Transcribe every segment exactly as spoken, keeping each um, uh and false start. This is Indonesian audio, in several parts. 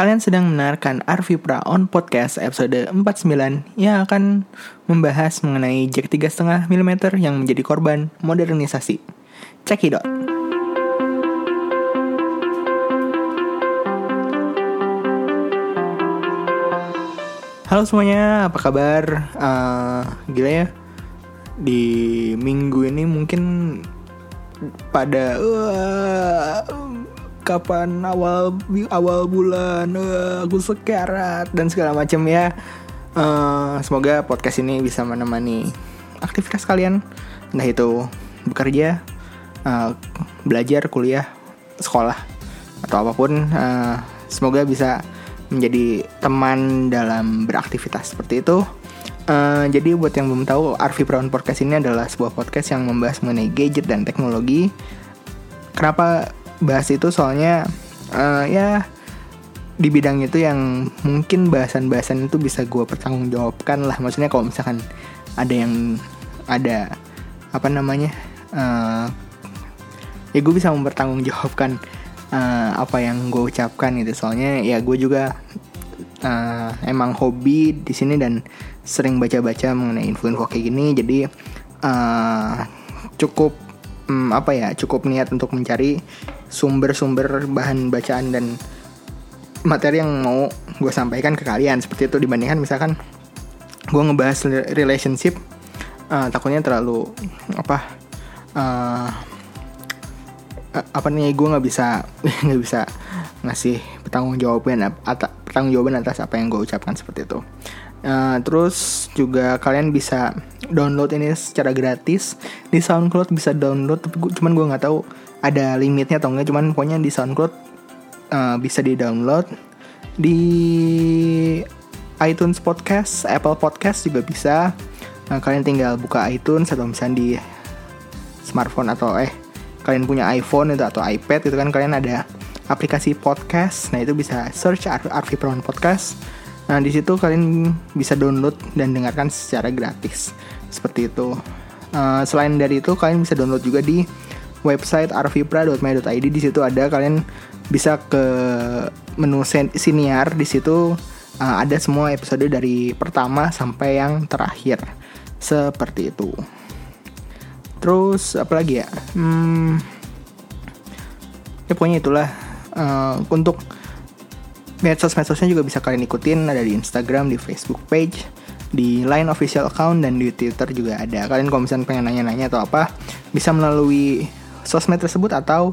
Kalian sedang mendengarkan Arvipra on Podcast episode empat puluh sembilan yang akan membahas mengenai jack tiga koma lima milimeter yang menjadi korban modernisasi. Cekidot. Halo semuanya, apa kabar? Uh, gila ya, di minggu ini mungkin pada uh, kapan awal awal bulan uh, aku sekarat dan segala macam ya. Uh, semoga podcast ini bisa menemani aktivitas kalian, entah itu bekerja, uh, belajar, kuliah, sekolah atau apapun. Uh, semoga bisa menjadi teman dalam beraktivitas seperti itu. Uh, jadi buat yang belum tahu, Arvipra on Podcast ini adalah sebuah podcast yang membahas mengenai gadget dan teknologi. Kenapa bahas itu? Soalnya uh, ya di bidang itu yang mungkin bahasan-bahasan itu bisa gue pertanggungjawabkan lah. Maksudnya kalau misalkan ada yang ada apa namanya uh, ya gue bisa mempertanggungjawabkan uh, apa yang gue ucapkan gitu. Soalnya ya gue juga uh, emang hobi di sini dan sering baca-baca mengenai info-info kayak gini. Jadi uh, cukup um, apa ya cukup niat untuk mencari sumber-sumber bahan bacaan dan materi yang mau gue sampaikan ke kalian seperti itu, dibandingkan misalkan gue ngebahas relationship, uh, takutnya terlalu apa uh, apa nih gue nggak bisa nggak bisa ngasih pertanggungjawaban atas pertanggungjawaban atas apa yang gue ucapkan seperti itu. Uh, terus juga kalian bisa download ini secara gratis di SoundCloud, bisa download, tapi gua, cuman gue nggak tahu ada limitnya atau enggak. Cuman pokoknya di SoundCloud uh, bisa di download, di iTunes Podcast, Apple Podcast juga bisa. Uh, kalian tinggal buka iTunes atau misalnya di smartphone atau eh kalian punya iPhone itu atau iPad itu kan, kalian ada aplikasi podcast. Nah itu bisa search Arvipra on Podcast. Nah di situ kalian bisa download dan dengarkan secara gratis seperti itu. Uh, selain dari itu kalian bisa download juga di website arvipra dot my dot i d. Di situ ada, kalian bisa ke menu siniar. Di situ uh, ada semua episode dari pertama sampai yang terakhir seperti itu. Terus apa lagi ya? Hmm, ya pokoknya itulah. Uh, untuk medsos-medsosnya juga bisa kalian ikutin, ada di Instagram, di Facebook page, di Line official account, dan di Twitter juga ada. Kalian kalau misalnya pengen nanya-nanya atau apa, bisa melalui sosmed tersebut atau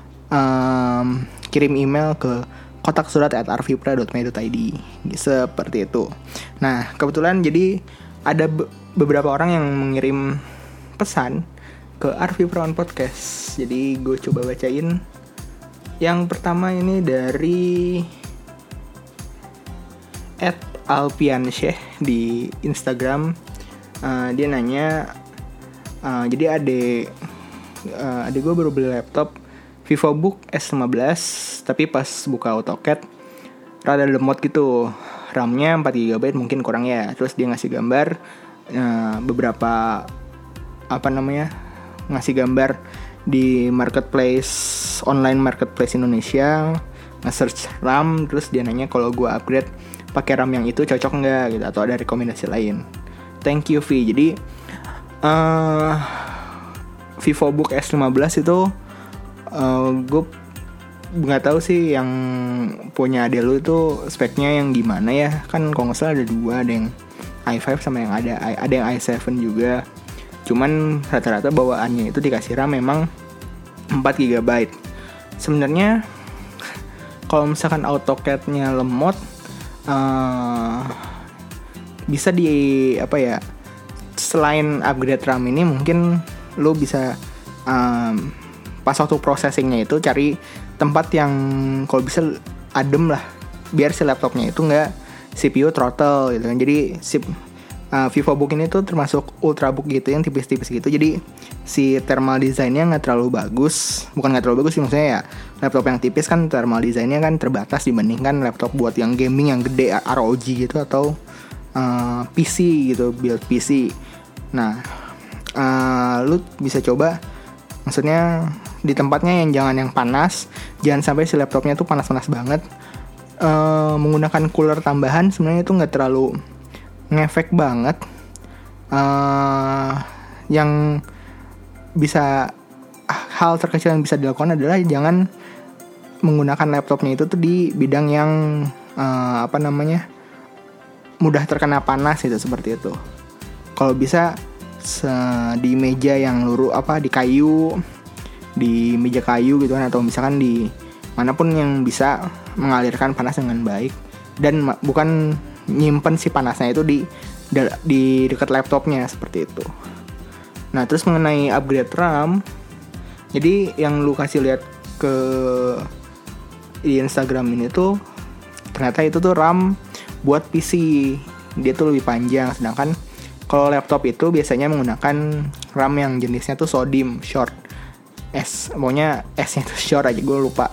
um, kirim email ke kotak surat at arvipra dot my dot i d seperti itu. Nah kebetulan jadi ada be- beberapa orang yang mengirim pesan ke Arvipra on Podcast. Jadi gue coba bacain. Yang pertama ini dari at alpiansyeh di Instagram. uh, Dia nanya, uh, jadi adek uh, adek gue baru beli laptop VivoBook S lima belas, tapi pas buka AutoCAD rada lemot gitu, RAM-nya empat giga byte mungkin kurang ya. Terus dia ngasih gambar uh, beberapa apa namanya ngasih gambar di marketplace, online marketplace Indonesia, nge-search RAM. Terus dia nanya kalau gue upgrade pakai RAM yang itu cocok nggak gitu, atau ada rekomendasi lain. Thank you V. Jadi uh, VivoBook S lima belas itu uh, gue nggak tahu sih yang punya adek lu itu speknya yang gimana ya. Kan kalau nggak salah ada dua, ada yang i lima sama yang ada ada yang i tujuh juga. Cuman rata-rata bawaannya itu dikasih RAM memang empat giga byte. Sebenarnya kalau misalkan AutoCAD-nya lemot, uh, bisa di apa ya, selain upgrade RAM ini mungkin lo bisa um, pas waktu processingnya itu cari tempat yang kalau bisa adem lah, biar si laptopnya itu nggak C P U throttle gitu kan. Jadi si Uh, VivoBook ini tuh termasuk ultrabook gitu yang tipis-tipis gitu. Jadi si thermal design-nya nggak terlalu bagus. Bukan nggak terlalu bagus sih, maksudnya ya laptop yang tipis kan thermal design-nya kan terbatas dibandingkan laptop buat yang gaming yang gede, R O G gitu, atau uh, P C gitu, build P C. Nah uh, lu bisa coba, maksudnya di tempatnya yang jangan yang panas, jangan sampai si laptopnya tuh panas-panas banget. uh, menggunakan cooler tambahan sebenarnya itu nggak terlalu ngefek banget. Uh, yang bisa hal terkecil yang bisa dilakukan adalah jangan menggunakan laptopnya itu tuh di bidang yang uh, apa namanya mudah terkena panas gitu, seperti itu. Kalau bisa se- di meja yang lurus, apa di kayu, di meja kayu gitu kan, atau misalkan di manapun yang bisa mengalirkan panas dengan baik, dan ma- bukan nyimpen si panasnya itu di di dekat laptopnya, seperti itu. Nah, terus mengenai upgrade RAM, jadi yang lu kasih lihat ke di Instagram ini tuh ternyata itu tuh RAM buat P C, dia tuh lebih panjang. Sedangkan kalau laptop itu biasanya menggunakan RAM yang jenisnya tuh SODIMM, short S, pokoknya S-nya tuh short aja, gue lupa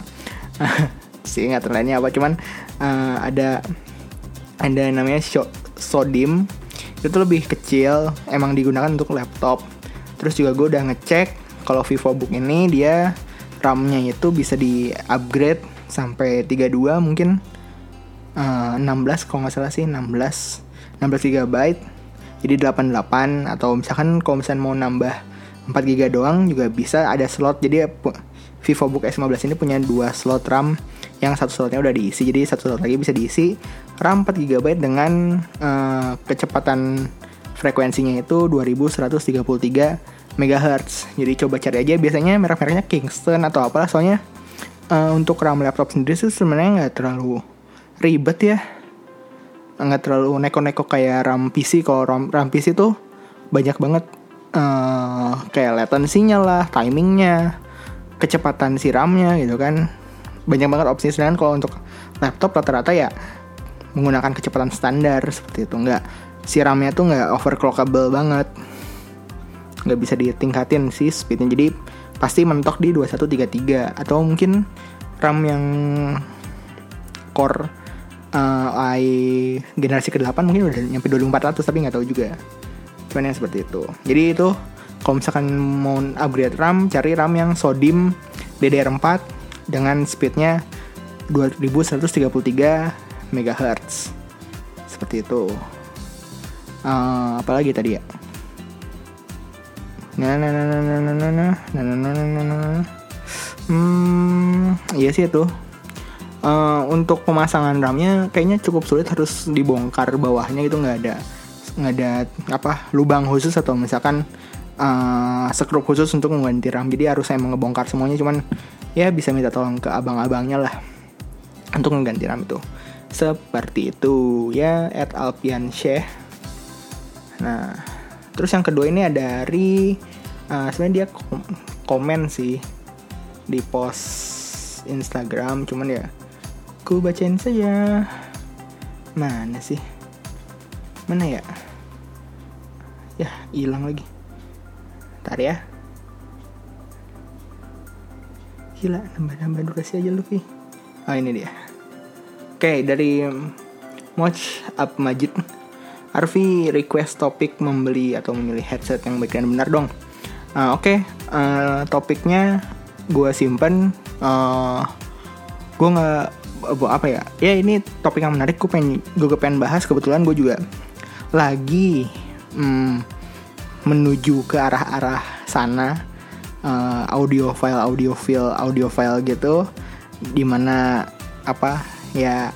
sih ingat lainnya apa, cuman uh, ada ada namanya SODIMM, itu lebih kecil, emang digunakan untuk laptop. Terus juga gue udah ngecek kalau VivoBook ini dia RAM-nya itu bisa di upgrade sampai tiga puluh dua mungkin. Uh, enam belas kalau nggak salah sih, enam belas giga byte jadi delapan puluh delapan, atau misalkan kalau misalnya mau nambah empat giga doang juga bisa, ada slot. Jadi VivoBook S lima belas ini punya dua slot RAM, yang satu slotnya udah diisi, jadi satu slot lagi bisa diisi RAM empat giga byte dengan uh, kecepatan frekuensinya itu dua ribu seratus tiga puluh tiga megahertz. Jadi coba cari aja, biasanya merek-mereknya Kingston atau apalah, soalnya uh, untuk RAM laptop sendiri sih sebenarnya nggak terlalu ribet ya, nggak terlalu neko-neko kayak RAM P C. Kalau RAM, RAM P C tuh banyak banget uh, kayak latensinya lah, timingnya, kecepatan si RAM-nya gitu kan, banyak banget opsi. Sedangkan kalau untuk laptop rata-rata ya menggunakan kecepatan standar seperti itu, nggak, si RAM-nya tuh nggak overclockable banget, nggak bisa ditingkatin sih speednya, jadi pasti mentok di dua puluh satu tiga puluh tiga, atau mungkin RAM yang core Uh, I generasi kedelapan mungkin udah nyampe dua ribu empat ratus, tapi nggak tahu juga. Cuman yang seperti itu. Jadi itu kalau misalkan mau upgrade RAM, cari RAM yang SODIMM D D R empat dengan speednya dua ribu seratus tiga puluh tiga megahertz. Seperti itu. Uh, apalagi tadi ya? Nah, nah, nah, nah, nah, nah, nah, nah, nah, nah, nah, nah. Hmm, iya sih itu. Uh, untuk pemasangan RAM-nya kayaknya cukup sulit, harus dibongkar bawahnya gitu, nggak ada nggak ada apa lubang khusus atau misalkan uh, skrup khusus untuk mengganti RAM. Jadi harus saya ngebongkar semuanya, cuman ya bisa minta tolong ke abang-abangnya lah untuk mengganti RAM itu. Seperti itu ya, at Alpian Syekh. Nah, terus yang kedua ini ada dari uh, sebenarnya dia kom- komen sih di post Instagram, cuman ya aku bacain saja. Mana sih? Mana ya? Ya, hilang lagi. Ntar ya. Gila, nambah-nambah durasi aja lu, Ki. Oh, ini dia. Oke, dari Moch Up Majid. Arfi request topik membeli atau memilih headset yang baik dan benar dong. Uh, Oke, okay. uh, topiknya gue simpen. Uh, gue nggak apa ya? Ya ini topik yang menarik. Gue pengen gue pengen bahas. Kebetulan gue juga lagi hmm, menuju ke arah-arah sana. Uh, audio file, audio file, audio file gitu. Dimana apa ya?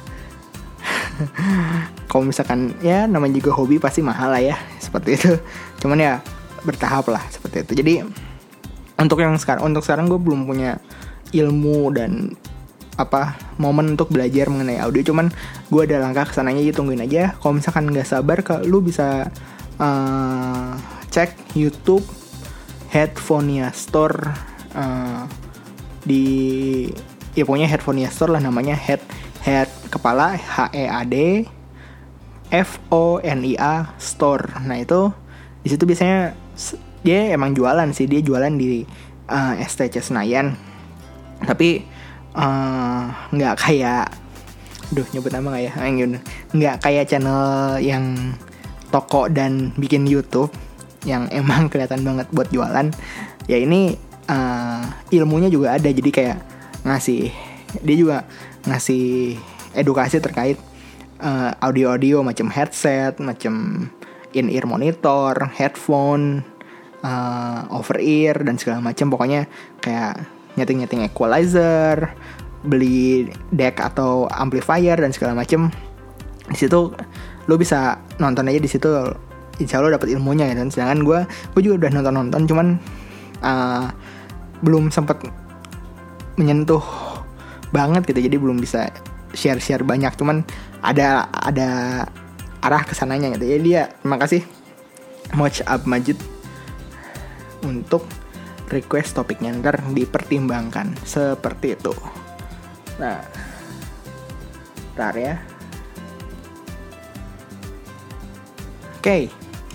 Kalau misalkan ya namanya juga hobi pasti mahal lah ya, seperti itu. Cuman ya bertahap lah seperti itu. Jadi untuk yang sekarang, untuk sekarang gue belum punya ilmu dan apa momen untuk belajar mengenai audio. Cuman gue ada langkah kesananya, aja tungguin aja. Kalau misalkan nggak sabar, ke lu bisa uh, cek YouTube Headphonea Store uh, di ya pokoknya Headphonea Store lah namanya, head head kepala H E A D F O N I A Store. Nah itu di situ biasanya dia emang jualan sih, dia jualan di uh, S T C Senayan. Tapi nggak uh, kayak, duh nyebut nama nggak ya? Nggak kayak channel yang toko dan bikin YouTube yang emang kelihatan banget buat jualan. Ya ini uh, ilmunya juga ada, jadi kayak ngasih, dia juga ngasih edukasi terkait uh, audio-audio macam headset, macam in-ear monitor, headphone, uh, over-ear dan segala macam. Pokoknya kayak nyeting-nyeting equalizer, beli deck atau amplifier dan segala macam. Di situ lo bisa nonton aja di situ, insya Allah dapat ilmunya gitu. Sedangkan gue gue juga udah nonton-nonton, cuman uh, belum sempat menyentuh banget gitu, jadi belum bisa share-share banyak. Cuman ada ada arah kesananya gitu. Jadi ya terima kasih Moch Up Majid untuk request topiknya, ntar dipertimbangkan seperti itu. Nah, ntar ya. Oke, okay.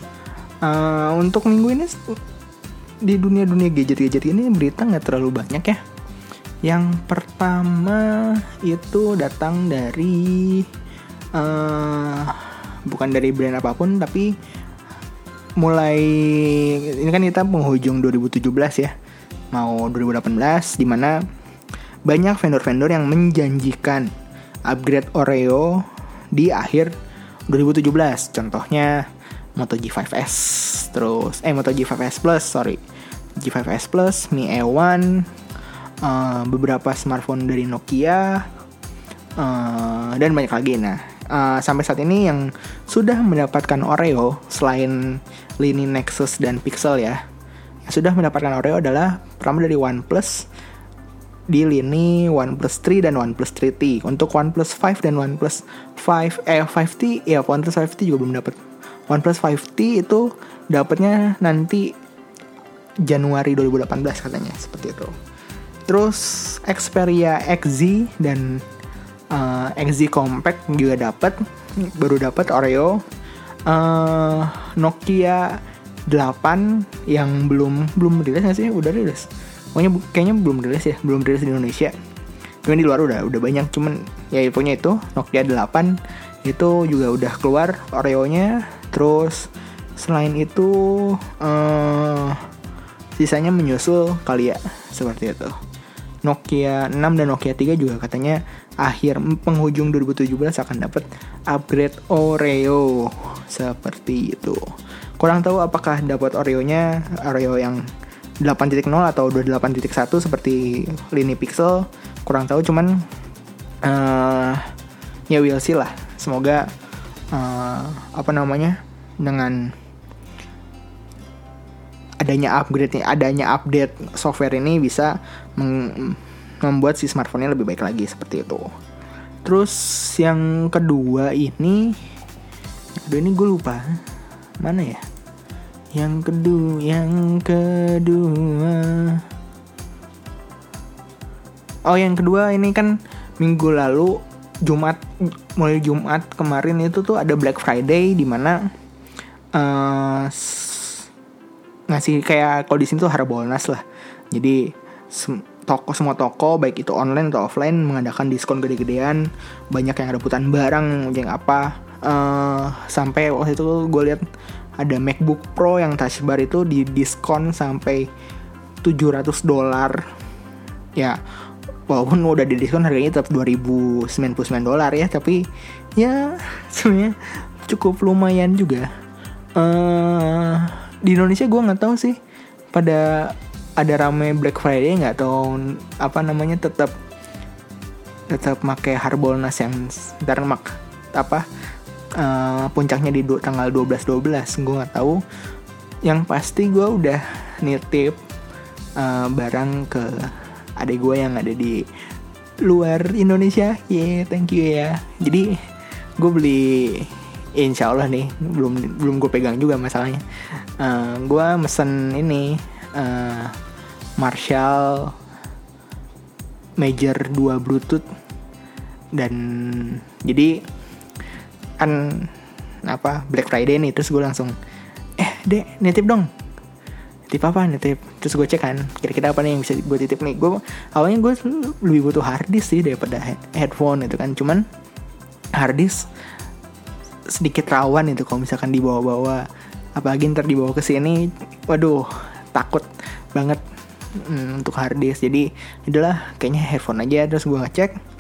uh, untuk minggu ini di dunia-dunia gadget-gadget ini berita nggak terlalu banyak ya. Yang pertama itu datang dari uh, bukan dari brand apapun, tapi mulai ini kan kita penghujung dua ribu tujuh belas ya, mau dua ribu delapan belas, dimana banyak vendor-vendor yang menjanjikan upgrade Oreo di akhir dua ribu tujuh belas. Contohnya Moto G five S, terus eh Moto G five S Plus, sorry, G five S Plus, Mi E satu, uh, beberapa smartphone dari Nokia, uh, dan banyak lagi. Nah, uh, sampai saat ini yang sudah mendapatkan Oreo selain lini Nexus dan Pixel ya, yang sudah mendapatkan Oreo adalah pertama dari OnePlus di lini OnePlus tiga dan OnePlus tiga T. Untuk OnePlus lima dan OnePlus lima eh lima T ya, OnePlus lima T juga belum dapat. OnePlus lima T itu dapatnya nanti Januari dua ribu delapan belas katanya, seperti itu. Terus Xperia X Z dan uh, X Z Compact juga dapat, baru dapat Oreo. Uh, Nokia delapan yang belum belum rilis nggak sih? Udah rilis. Pokoknya kayaknya belum rilis ya, belum rilis di Indonesia. Cuman di luar udah udah banyak, cuman ya pokoknya itu Nokia delapan itu juga udah keluar Oreo-nya. Terus selain itu uh, sisanya menyusul kali ya, seperti itu. Nokia enam dan Nokia tiga juga katanya akhir penghujung dua ribu tujuh belas akan dapat upgrade Oreo, seperti itu. Kurang tahu apakah dapat Oreo-nya Oreo yang delapan titik nol atau dua puluh delapan titik satu seperti lini Pixel, kurang tahu. Cuman uh, ya we'll see lah. Semoga uh, apa namanya dengan adanya upgrade nih, adanya update software ini bisa meng- membuat si smartphone-nya lebih baik lagi, seperti itu. Terus yang kedua ini, kedua ini gue lupa mana ya? Yang kedua, yang kedua. Oh, yang kedua ini kan minggu lalu Jumat, mulai Jumat kemarin itu tuh ada Black Friday, di mana uh, ngasih kayak kalau di sini tuh harbolnas lah. Jadi sem- toko semua toko baik itu online atau offline mengadakan diskon gede-gedean, banyak yang rebutan barang yang apa. Uh, sampai waktu itu gue lihat ada MacBook Pro yang touch bar itu di diskon sampai tujuh ratus dolar. Ya, walaupun udah di diskon harganya tetap dua ribu sembilan puluh sembilan dolar ya, tapi ya sebenarnya cukup lumayan juga. Uh, di Indonesia gue nggak tahu sih pada ada rame Black Friday nggak, atau apa namanya tetap tetap pakai harbolnas yang ntar mak apa uh, puncaknya di du- tanggal dua belas dua belas, gue nggak tahu. Yang pasti gue udah nitip uh, barang ke adik gue yang ada di luar Indonesia. Yeah, thank you ya. Jadi gue beli, insya Allah nih, belum belum gue pegang juga masalahnya. Uh, gue mesen ini uh, Marshall Major dua Bluetooth, dan jadi kan apa Black Friday nih, terus gue langsung eh dek nitip dong. Titip apa nitip? Terus gue cek kan kira-kira apa nih yang bisa gue titip nih. Gue awalnya gue lebih butuh hard disk sih daripada head- headphone itu kan. Cuman hard disk sedikit rawan itu kalau misalkan dibawa-bawa, apalagi ntar dibawa ke sini, waduh takut banget hmm, untuk hard disk. Jadi itulah kayaknya headphone aja. Terus gue ngecek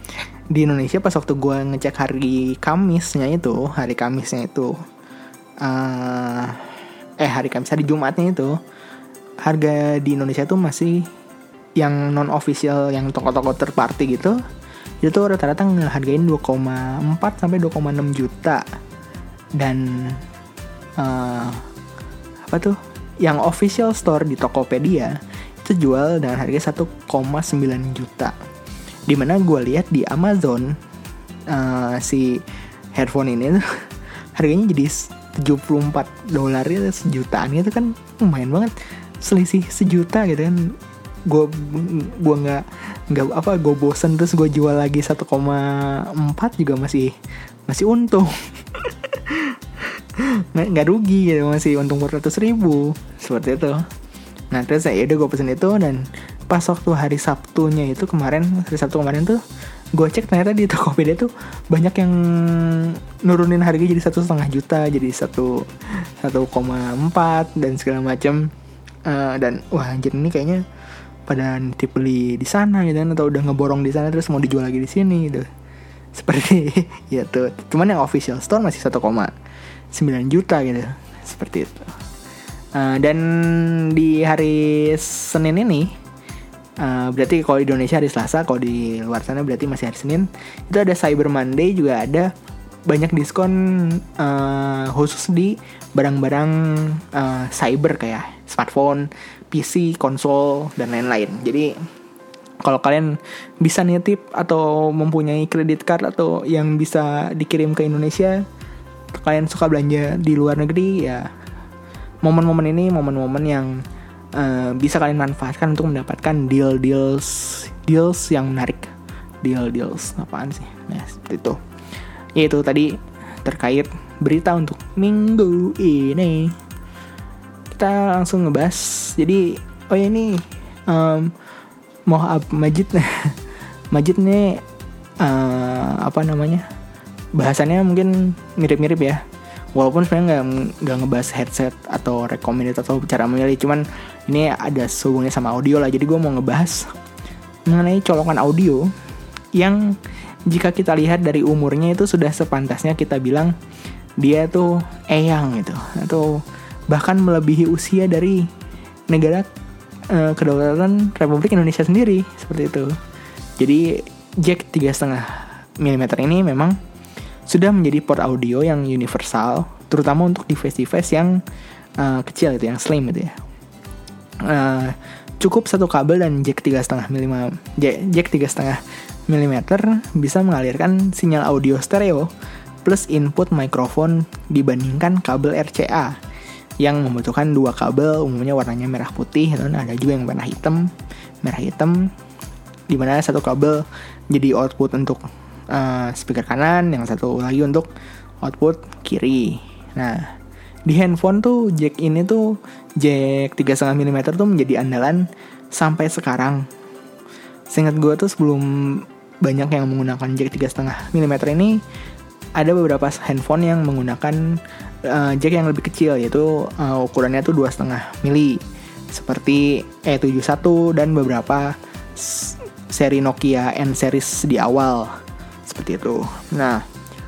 di Indonesia pas waktu gue ngecek hari Kamisnya itu, hari Kamisnya itu, uh, eh hari Kamis hari Jumatnya itu, harga di Indonesia tuh masih yang non official, yang toko-toko third party gitu, itu tuh rata-rata ngehargain dua koma empat sampai dua koma enam juta. Dan uh, apa tuh? Yang official store di Tokopedia itu jual dengan harga satu koma sembilan juta. Dimana gue lihat di Amazon uh, si headphone ini tuh harganya jadi tujuh puluh empat dolar ya, sejutaan gitu kan, lumayan banget, selisih sejuta gitu kan. Gue gue nggak nggak apa gue bosen terus gue jual lagi satu koma empat juga masih masih untung. Nggak rugi gitu, masih untung empat ratus ribu seperti itu. Nah terus ya udah gue pesen itu, dan pas waktu hari Sabtunya itu kemarin, hari Sabtu kemarin tuh gue cek ternyata di Tokopedia tuh banyak yang nurunin harganya jadi satu setengah juta, jadi satu satu koma empat dan segala macam. Uh, dan wah anjir, ini kayaknya pada nitip beli di sana gitu kan, atau udah ngeborong di sana terus mau dijual lagi di sini gitu. Seperti ya tuh. Cuman yang official store masih satu koma sembilan juta gitu. Seperti itu. Uh, dan di hari Senin ini, uh, berarti kalau di Indonesia hari Selasa, kalau di luar sana berarti masih hari Senin, itu ada Cyber Monday, juga ada banyak diskon uh, khusus di barang-barang uh, cyber kayak smartphone, P C, konsol, dan lain-lain. Jadi kalau kalian bisa nitip atau mempunyai kredit card atau yang bisa dikirim ke Indonesia, kalian suka belanja di luar negeri, ya momen-momen ini momen-momen yang uh, bisa kalian manfaatkan untuk mendapatkan deal-deals deals yang menarik. Deal-deals apaan sih? Nah, seperti itu. Ya itu tadi terkait berita untuk minggu ini. Kita langsung ngebahas. Jadi, oh ya ini um, Mohab Majid Majid nih uh, apa namanya? Bahasannya mungkin mirip-mirip ya. Walaupun sebenarnya nggak nggak ngebahas headset atau recommended atau cara memilih, cuman ini ada hubungannya sama audio lah. Jadi gue mau ngebahas mengenai colokan audio yang jika kita lihat dari umurnya itu sudah sepantasnya kita bilang dia tuh eyang gitu, atau bahkan melebihi usia dari negara eh, kedaulatan Republik Indonesia sendiri, seperti itu. Jadi jack tiga koma lima milimeter ini memang sudah menjadi port audio yang universal, terutama untuk device-device yang uh, kecil gitu, yang slim gitu ya. Uh, cukup satu kabel dan jack tiga koma lima jack tiga koma lima milimeter bisa mengalirkan sinyal audio stereo plus input mikrofon dibandingkan kabel R C A yang membutuhkan dua kabel, umumnya warnanya merah putih, dan ada juga yang warna hitam, merah hitam, di mana satu kabel jadi output untuk Uh, speaker kanan, yang satu lagi untuk output kiri. Nah, di handphone tuh jack ini tuh jack tiga koma lima milimeter tuh menjadi andalan sampai sekarang. Seingat gue tuh sebelum banyak yang menggunakan jack tiga koma lima milimeter ini, ada beberapa handphone yang menggunakan uh, jack yang lebih kecil, yaitu uh, ukurannya tuh dua koma lima mili, seperti E tujuh puluh satu dan beberapa s- seri Nokia N series di awal. Seperti itu. Nah,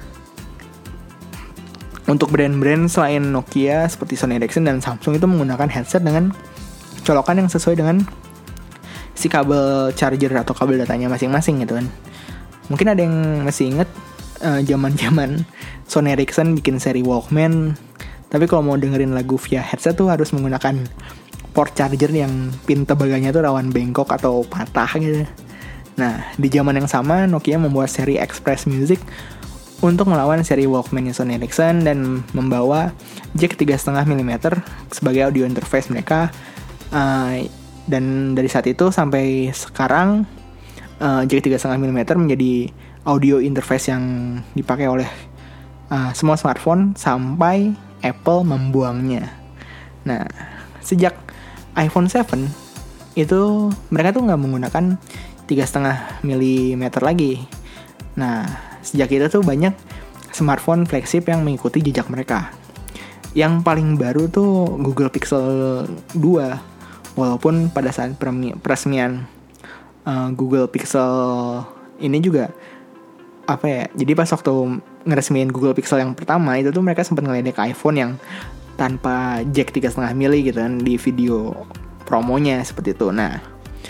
untuk brand-brand selain Nokia seperti Sony Ericsson dan Samsung itu menggunakan headset dengan colokan yang sesuai dengan si kabel charger atau kabel datanya masing-masing gitu kan. Mungkin ada yang masih inget uh, zaman-zaman Sony Ericsson bikin seri Walkman, tapi kalau mau dengerin lagu via headset tuh harus menggunakan port charger yang pin tebaganya tuh rawan bengkok atau patah gitu. Nah, di zaman yang sama Nokia membuat seri Express Music untuk melawan seri Walkman Sony Ericsson dan membawa jack tiga koma lima milimeter sebagai audio interface mereka. Uh, dan dari saat itu sampai sekarang uh, jack tiga koma lima milimeter menjadi audio interface yang dipakai oleh uh, semua smartphone sampai Apple membuangnya. Nah, sejak iPhone tujuh itu mereka tuh nggak menggunakan tiga koma lima milimeter lagi. Nah, sejak itu tuh banyak smartphone flagship yang mengikuti jejak mereka. Yang paling baru tuh Google Pixel dua. Walaupun pada saat peresmian uh, Google Pixel ini juga apa ya? Jadi pas waktu ngeresmiin Google Pixel yang pertama itu tuh mereka sempat ngeledek iPhone yang tanpa jack tiga koma lima mili gitu kan di video promonya seperti itu. Nah,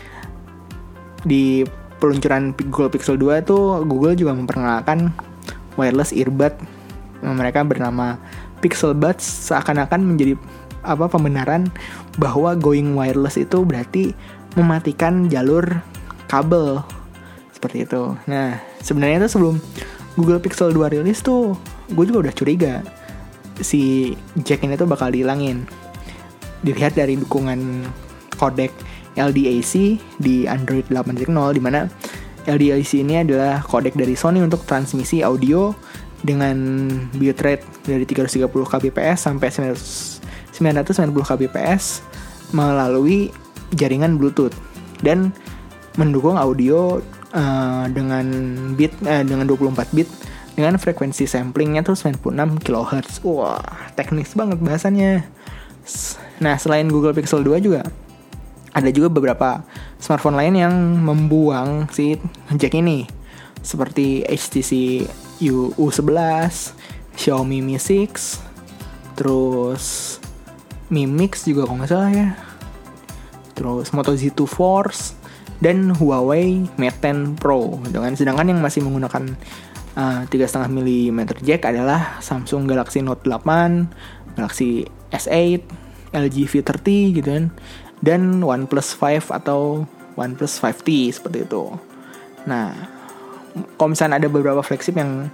di peluncuran Google Pixel dua tuh Google juga memperkenalkan wireless earbud mereka bernama Pixel Buds, seakan-akan menjadi apa pembenaran bahwa going wireless itu berarti mematikan jalur kabel seperti itu. Nah, sebenarnya tuh sebelum Google Pixel dua rilis tuh gue juga udah curiga si jack ini tuh bakal dihilangin. Dilihat dari dukungan kodek L D A C di Android delapan titik nol, di mana L D A C ini adalah kodek dari Sony untuk transmisi audio dengan bitrate dari tiga ratus tiga puluh kilobits sampai sembilan ratus sembilan puluh kilobits melalui jaringan Bluetooth dan mendukung audio uh, dengan bit uh, dengan dua puluh empat bit dengan frekuensi samplingnya tuh sembilan puluh enam kilohertz. Wah, teknis banget bahasannya. Nah, selain Google Pixel dua juga ada juga beberapa smartphone lain yang membuang si jack ini, seperti H T C U sebelas, Xiaomi Mi enam, terus Mi Mix juga kalau nggak salah ya, terus Moto Z two Force dan Huawei Mate ten Pro gitu kan. Sedangkan yang masih menggunakan uh, tiga koma lima milimeter jack adalah Samsung Galaxy Note delapan, Galaxy S eight, L G V tiga puluh gitu kan, dan OnePlus lima atau OnePlus lima T seperti itu. Nah, kalau misalnya ada beberapa flagship yang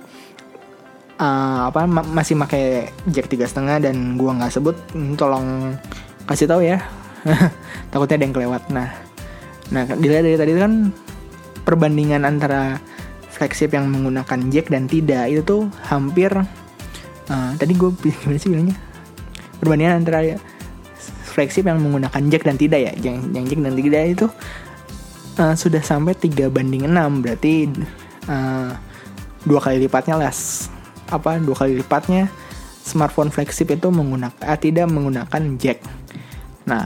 uh, apa ma- masih pakai jack tiga koma lima dan gua nggak sebut, tolong kasih tahu ya. Takutnya ada yang kelewat. Nah, nah dilihat dari tadi kan perbandingan antara flagship yang menggunakan jack dan tidak itu tuh hampir uh, tadi gue gimana sih bilangnya, perbandingan antara flagship yang menggunakan jack dan tidak ya, yang, yang jack dan tidak itu uh, sudah sampai tiga banding enam, berarti uh, dua kali lipatnya lah, apa dua kali lipatnya smartphone flagship itu menggunakan uh, tidak menggunakan jack. Nah,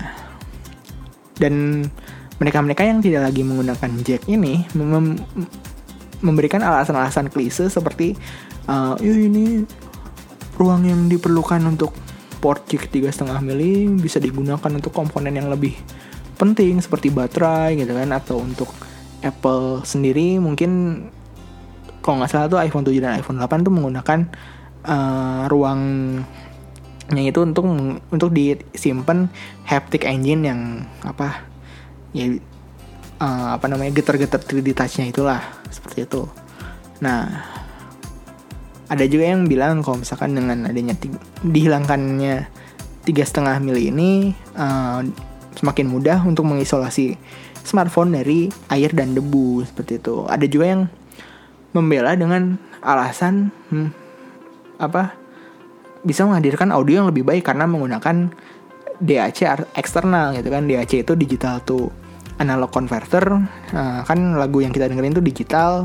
dan mereka-mereka yang tidak lagi menggunakan jack ini mem- memberikan alasan-alasan klise seperti uh, ini ruang yang diperlukan untuk port jack tiga koma lima mili bisa digunakan untuk komponen yang lebih penting seperti baterai gitu kan, atau untuk Apple sendiri mungkin kalau nggak salah tuh iPhone tujuh dan iPhone delapan tuh menggunakan uh, ruangnya itu untuk untuk disimpan haptic engine yang apa ya uh, apa namanya getar-getar tiga D touch-nya itulah seperti itu. Nah, ada juga yang bilang kalau misalkan dengan adanya tiga, dihilangkannya tiga koma lima mili ini uh, semakin mudah untuk mengisolasi smartphone dari air dan debu seperti itu. Ada juga yang membela dengan alasan hmm, apa bisa menghadirkan audio yang lebih baik karena menggunakan D A C eksternal gitu kan. D A C itu digital to analog converter. Uh, kan lagu yang kita dengerin itu digital,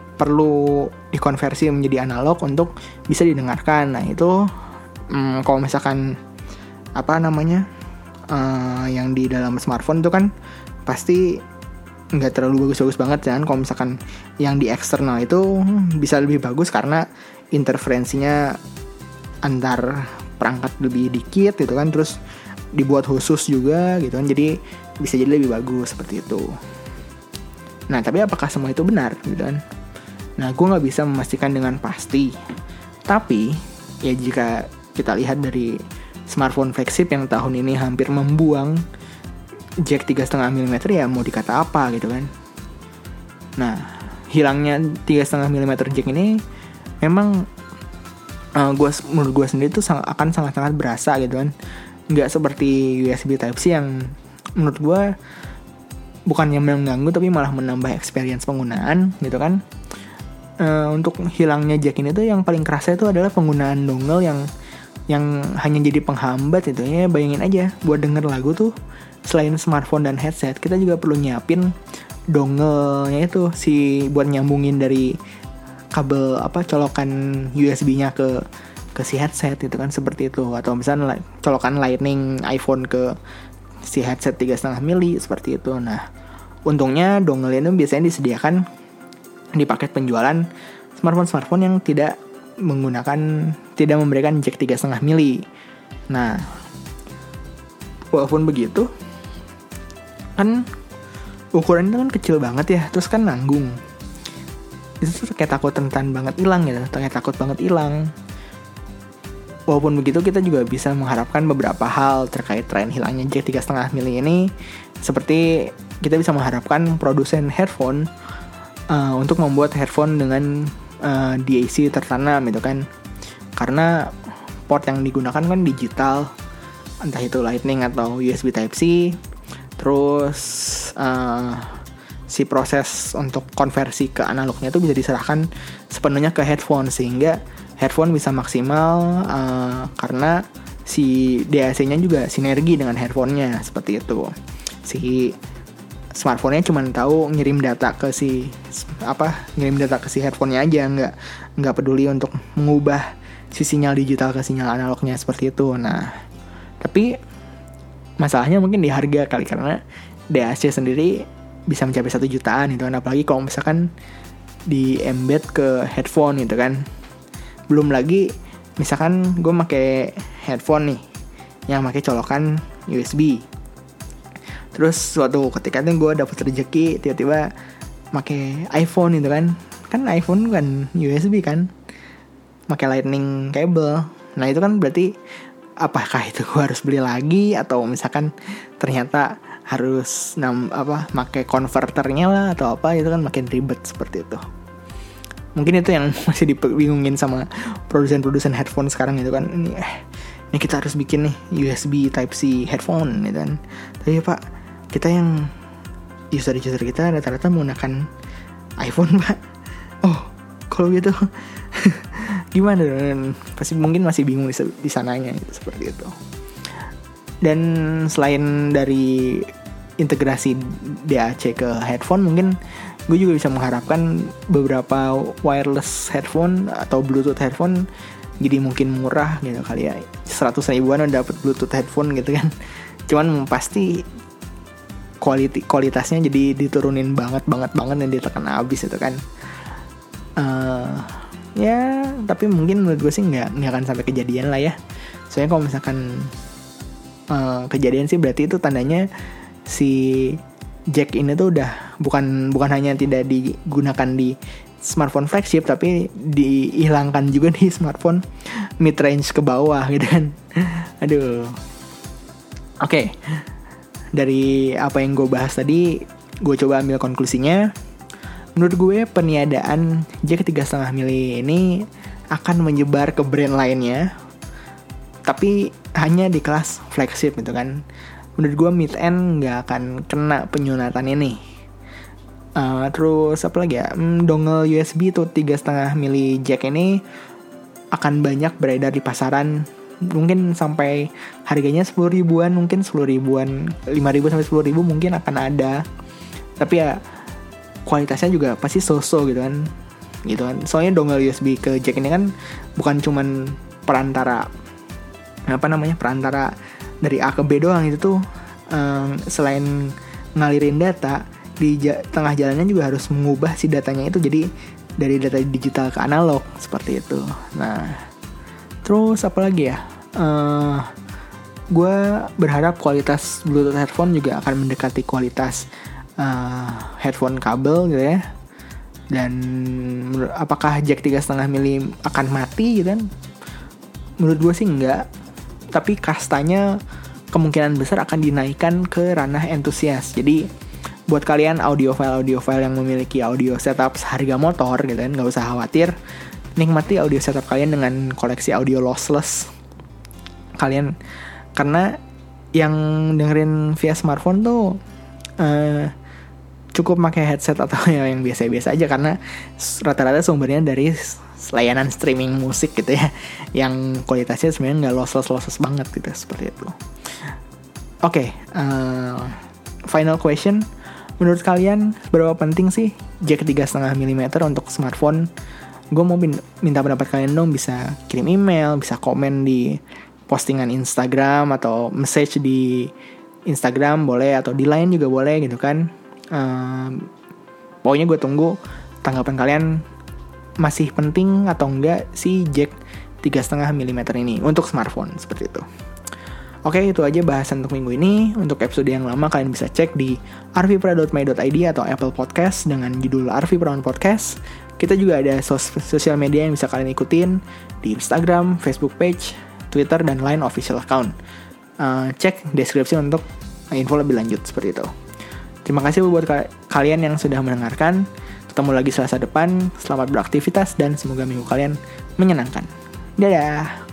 perlu dikonversi menjadi analog untuk bisa didengarkan. Nah itu hmm, kalau misalkan apa namanya uh, yang di dalam smartphone itu kan pasti nggak terlalu bagus-bagus banget kan. Kalau misalkan yang di eksternal itu bisa lebih bagus karena interferensinya antar perangkat lebih dikit gitu kan, terus dibuat khusus juga gitu kan, jadi bisa jadi lebih bagus seperti itu. Nah, tapi apakah semua itu benar gitu kan? Nah, gue nggak bisa memastikan dengan pasti. Tapi ya jika kita lihat dari smartphone flagship yang tahun ini hampir membuang jack tiga koma lima milimeter, ya mau dikata apa gitu kan. Nah, hilangnya tiga koma lima milimeter jack ini memang uh, gua, menurut gue sendiri tuh sang, akan sangat-sangat berasa gitu kan. Nggak seperti U S B Type-C yang menurut gue bukannya mengganggu tapi malah menambah experience penggunaan gitu kan. Uh, untuk hilangnya jack ini tuh yang paling kerasa itu adalah penggunaan dongle yang yang hanya jadi penghambat itu ya. Bayangin aja buat denger lagu tuh selain smartphone dan headset, kita juga perlu nyiapin dongle-nya itu si buat nyambungin dari kabel apa colokan U S B-nya ke ke si headset itu kan, seperti itu. Atau misalnya colokan lightning iPhone ke si headset tiga koma lima mili seperti itu. Nah, untungnya dongle ini biasanya disediakan di paket penjualan smartphone-smartphone yang tidak menggunakan, tidak memberikan jack tiga koma lima mili. Nah, walaupun begitu, kan ukurannya kan kecil banget ya, terus kan nanggung. Itu tuh kayak takut rentan banget hilang gitu, kayak takut banget hilang. Walaupun begitu, kita juga bisa mengharapkan beberapa hal terkait tren hilangnya jack tiga koma lima mili ini. Seperti kita bisa mengharapkan produsen headphone uh, untuk membuat headphone dengan uh, D A C tertanam gitu kan. Karena port yang digunakan kan digital, entah itu Lightning atau U S B Type-C. Terus uh, si proses untuk konversi ke analognya itu bisa diserahkan sepenuhnya ke headphone, sehingga headphone bisa maksimal uh, karena si D A C-nya juga sinergi dengan headphone-nya, seperti itu. Si smartphone-nya cuma tahu ngirim data ke si apa ngirim data ke si headphone-nya aja, nggak nggak peduli untuk mengubah si sinyal digital ke sinyal analognya, seperti itu. Nah, tapi masalahnya mungkin di harga kali, karena D A C sendiri bisa mencapai satu jutaan gitu kan, apalagi kalau misalkan di embed ke headphone gitu kan. Belum lagi misalkan gue pakai headphone nih yang pakai colokan U S B, terus suatu ketika tuh gue dapet rezeki tiba-tiba pakai iPhone gitu kan. Kan iPhone kan U S B kan, pakai Lightning cable. Nah itu kan berarti apakah itu gue harus beli lagi, atau misalkan ternyata harus nam apa pakai konverternya lah atau apa, itu kan makin ribet, seperti itu. Mungkin itu yang masih dibingungin sama produsen-produsen headphone sekarang gitu kan. Ini eh ini kita harus bikin nih U S B Type-C headphone gitu kan. Tapi Pak, kita yang user-user kita rata-rata menggunakan iPhone Pak. Oh, kalau gitu gimana dong? Pasti mungkin masih bingung di, di sananya gitu, seperti itu. Dan selain dari integrasi D A C ke headphone, mungkin gue juga bisa mengharapkan beberapa wireless headphone atau Bluetooth headphone jadi mungkin murah gitu kali ya. Seratus ribuan udah dapet Bluetooth headphone gitu kan. Cuman pasti quality, kualitasnya jadi diturunin banget banget banget dan ditekan habis itu kan. Uh, ya tapi mungkin menurut gue sih nggak nggak akan sampai kejadian lah ya. Soalnya kalau misalkan uh, kejadian sih berarti itu tandanya si jack ini tuh udah bukan bukan hanya tidak digunakan di smartphone flagship, tapi dihilangkan juga di smartphone mid range ke bawah gitu kan. Aduh. Oke. Okay. Dari apa yang gue bahas tadi, gue coba ambil konklusinya. Menurut gue peniadaan jack tiga koma lima mili ini akan menyebar ke brand lainnya, tapi hanya di kelas flagship gitu kan. Menurut gue mid end nggak akan kena penyunatan ini. Uh, terus apa lagi ya? Hmm, dongle U S B tuh tiga koma lima mili jack ini akan banyak beredar di pasaran. Mungkin sampai harganya sepuluh ribuan, mungkin sepuluh ribuan, lima ribu sampai sepuluh ribu mungkin akan ada. Tapi ya kualitasnya juga pasti so-so gitu kan. Gitu kan. Soalnya dongle U S B ke jack ini kan bukan cuman perantara apa namanya? perantara dari A ke B doang, itu tuh um, selain ngalirin data di ja- tengah jalannya juga harus mengubah si datanya itu jadi dari data digital ke analog, seperti itu. Nah, terus apa lagi ya? Uh, gue berharap kualitas Bluetooth headphone juga akan mendekati kualitas uh, headphone kabel gitu ya. Dan apakah jack tiga koma lima mili akan mati gitu kan? Menurut gue sih enggak. Tapi kastanya kemungkinan besar akan dinaikkan ke ranah entusias. Jadi buat kalian audiophile-audiophile yang memiliki audio setup seharga motor gitu kan, gak usah khawatir. Nikmati audio setup kalian dengan koleksi audio lossless kalian. Karena yang dengerin via smartphone tuh uh, cukup pakai headset atau yang biasa-biasa aja, karena rata-rata sumbernya dari layanan streaming musik gitu ya, yang kualitasnya sebenarnya nggak lossless-lossless banget gitu, seperti itu. Oke, okay, uh, final question, menurut kalian berapa penting sih jack tiga koma lima mili untuk smartphone? Gue mau bin- minta pendapat kalian dong, bisa kirim email, bisa komen di postingan Instagram atau message di Instagram boleh, atau di Line juga boleh gitu kan. Uh, pokoknya gue tunggu tanggapan kalian masih penting atau enggak si jack tiga koma lima milimeter ini untuk smartphone seperti itu. Oke, itu aja bahasan untuk minggu ini. Untuk episode yang lama kalian bisa cek di arvipra dot my dot i d atau Apple Podcast dengan judul Arvipra Podcast. Kita juga ada sos- sosial media yang bisa kalian ikutin di Instagram, Facebook page, Twitter, dan Line official account. Uh, cek deskripsi untuk info lebih lanjut seperti itu. Terima kasih buat ka- kalian yang sudah mendengarkan. Ketemu lagi Selasa depan. Selamat beraktivitas dan semoga minggu kalian menyenangkan. Dadah.